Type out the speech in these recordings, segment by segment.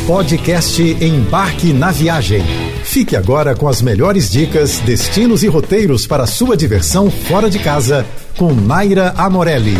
Podcast Embarque na Viagem. Fique agora com as melhores dicas, destinos e roteiros para a sua diversão fora de casa com Naira Amorelli.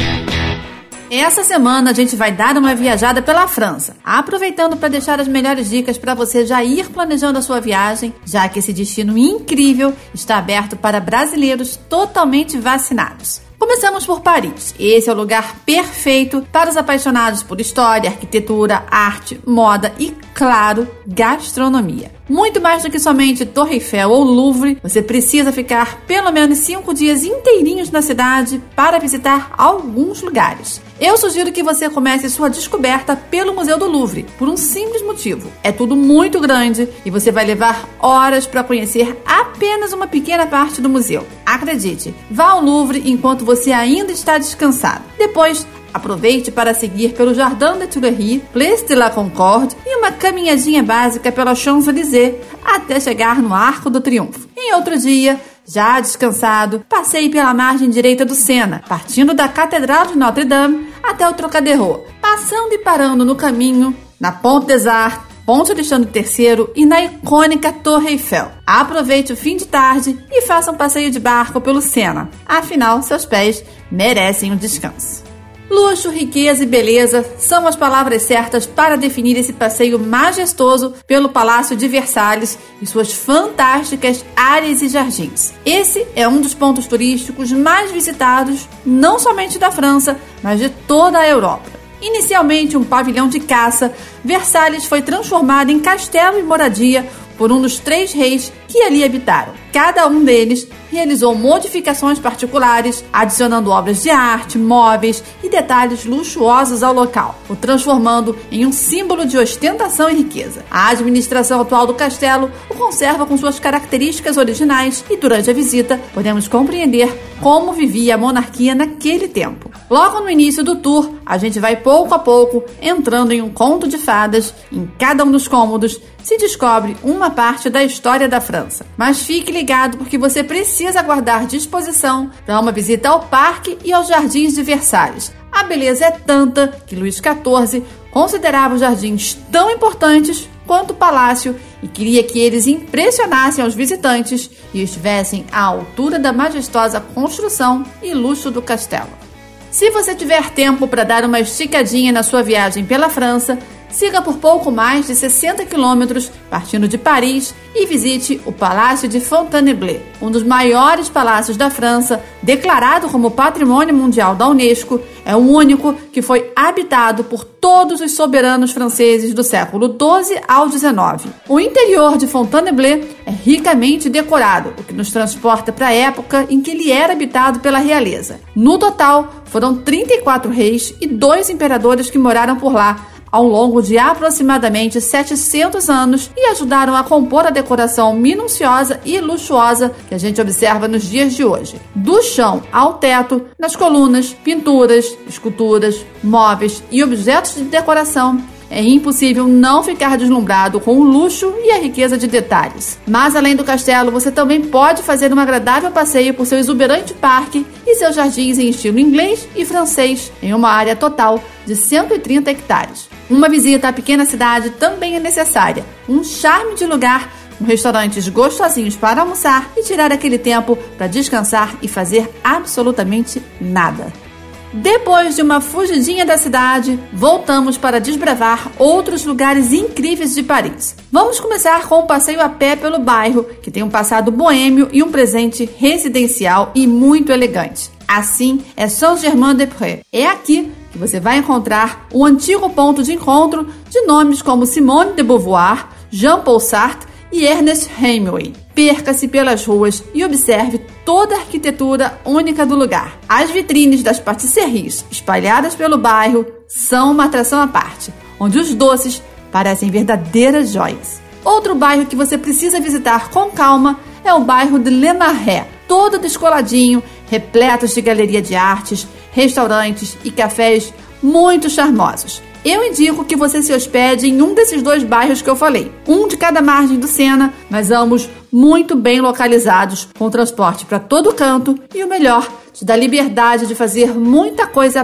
Essa semana a gente vai dar uma viajada pela França, aproveitando para deixar as melhores dicas para você já ir planejando a sua viagem, já que esse destino incrível está aberto para brasileiros totalmente vacinados. Começamos por Paris. Esse é o lugar perfeito para os apaixonados por história, arquitetura, arte, moda e, claro, gastronomia. Muito mais do que somente Torre Eiffel ou Louvre, você precisa ficar pelo menos 5 dias inteirinhos na cidade para visitar alguns lugares. Eu sugiro que você comece sua descoberta pelo Museu do Louvre, por um simples motivo. É tudo muito grande e você vai levar horas para conhecer apenas uma pequena parte do museu. Acredite, vá ao Louvre enquanto você ainda está descansado. Depois, aproveite para seguir pelo Jardin des Tuileries, Place de la Concorde e uma caminhadinha básica pela Champs-Élysées até chegar no Arco do Triunfo. Em outro dia, já descansado, passeie pela margem direita do Sena, partindo da Catedral de Notre-Dame até o Trocadéro, passando e parando no caminho na Pont des Arts, Ponte Alexandre III e na icônica Torre Eiffel. Aproveite o fim de tarde e faça um passeio de barco pelo Sena. Afinal, seus pés merecem um descanso. Luxo, riqueza e beleza são as palavras certas para definir esse passeio majestoso pelo Palácio de Versalhes e suas fantásticas áreas e jardins. Esse é um dos pontos turísticos mais visitados, não somente da França, mas de toda a Europa. Inicialmente um pavilhão de caça, Versalhes foi transformado em castelo e moradia por um dos 3 reis que ali habitaram. Cada um deles realizou modificações particulares, adicionando obras de arte, móveis e detalhes luxuosos ao local, o transformando em um símbolo de ostentação e riqueza. A administração atual do castelo o conserva com suas características originais e durante a visita podemos compreender como vivia a monarquia naquele tempo. Logo no início do tour, a gente vai pouco a pouco entrando em um conto de fadas. Em cada um dos cômodos se descobre uma parte da história da França. Mas fique ligado porque você precisa guardar disposição para uma visita ao parque e aos jardins de Versalhes. A beleza é tanta que Luís XIV considerava os jardins tão importantes quanto o palácio e queria que eles impressionassem aos visitantes e estivessem à altura da majestosa construção e luxo do castelo. Se você tiver tempo para dar uma esticadinha na sua viagem pela França, siga por pouco mais de 60 quilômetros, partindo de Paris, e visite o Palácio de Fontainebleau, um dos maiores palácios da França, declarado como Patrimônio Mundial da Unesco. É o único que foi habitado por todos os soberanos franceses do século XII ao XIX. O interior de Fontainebleau é ricamente decorado, o que nos transporta para a época em que ele era habitado pela realeza. No total, foram 34 reis e 2 imperadores que moraram por lá, ao longo de aproximadamente 700 anos e ajudaram a compor a decoração minuciosa e luxuosa que a gente observa nos dias de hoje. Do chão ao teto, nas colunas, pinturas, esculturas, móveis e objetos de decoração, é impossível não ficar deslumbrado com o luxo e a riqueza de detalhes. Mas além do castelo, você também pode fazer um agradável passeio por seu exuberante parque e seus jardins em estilo inglês e francês, em uma área total de 130 hectares. Uma visita à pequena cidade também é necessária. Um charme de lugar, com restaurantes gostosinhos para almoçar e tirar aquele tempo para descansar e fazer absolutamente nada. Depois de uma fugidinha da cidade, voltamos para desbravar outros lugares incríveis de Paris. Vamos começar com um passeio a pé pelo bairro, que tem um passado boêmio e um presente residencial e muito elegante. Assim, é Saint-Germain-des-Prés. É aqui que você vai encontrar o antigo ponto de encontro de nomes como Simone de Beauvoir, Jean-Paul Sartre e Ernest Hemingway. Perca-se pelas ruas e observe toda a arquitetura única do lugar. As vitrines das patisseries espalhadas pelo bairro são uma atração à parte, onde os doces parecem verdadeiras joias. Outro bairro que você precisa visitar com calma é o bairro de Le Marais, todo descoladinho, repleto de galeria de artes, restaurantes e cafés muito charmosos. Eu indico que você se hospede em um desses 2 bairros que eu falei, um de cada margem do Sena, mas ambos muito bem localizados, com transporte para todo canto e o melhor, te dá liberdade de fazer muita coisa a pé.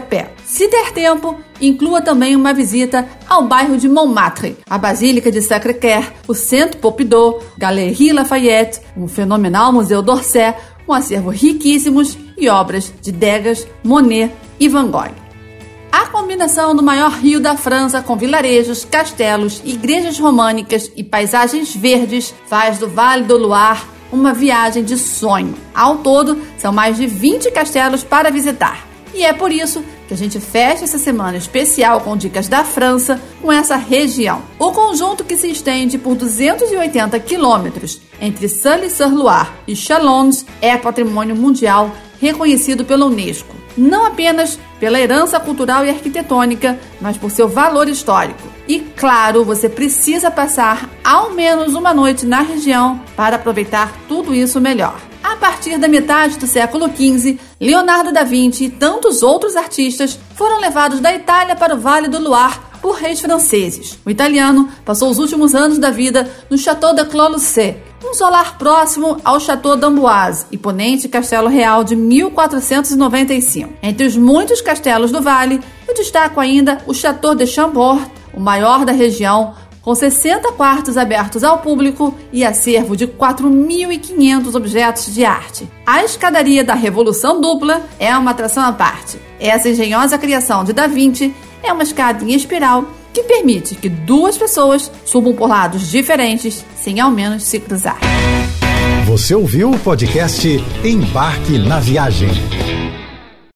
Se der tempo, inclua também uma visita ao bairro de Montmartre, a Basílica de Sacré-Cœur, o Centre Pompidou, Galerie Lafayette, um fenomenal Museu d'Orsay, um acervo riquíssimos e obras de Degas, Monet e Van Gogh. A combinação do maior rio da França com vilarejos, castelos, igrejas românicas e paisagens verdes faz do Vale do Loire uma viagem de sonho. Ao todo, são mais de 20 castelos para visitar. E é por isso que a gente fecha essa semana especial com dicas da França com essa região. O conjunto, que se estende por 280 quilômetros entre Sully-sur-Loire e Chalons, é patrimônio mundial reconhecido pela Unesco. Não apenas pela herança cultural e arquitetônica, mas por seu valor histórico. E claro, você precisa passar ao menos uma noite na região para aproveitar tudo isso melhor. A partir da metade do século XV, Leonardo da Vinci e tantos outros artistas foram levados da Itália para o Vale do Loire por reis franceses. O italiano passou os últimos anos da vida no Château de Clos-Lucé, um solar próximo ao Château d'Amboise, imponente castelo real de 1495. Entre os muitos castelos do vale, eu destaco ainda o Château de Chambord, o maior da região, com 60 quartos abertos ao público e acervo de 4.500 objetos de arte. A escadaria da Revolução Dupla é uma atração à parte. Essa engenhosa criação de Da Vinci é uma escada em espiral que permite que duas pessoas subam por lados diferentes sem ao menos se cruzar. Você ouviu o podcast Embarque na Viagem.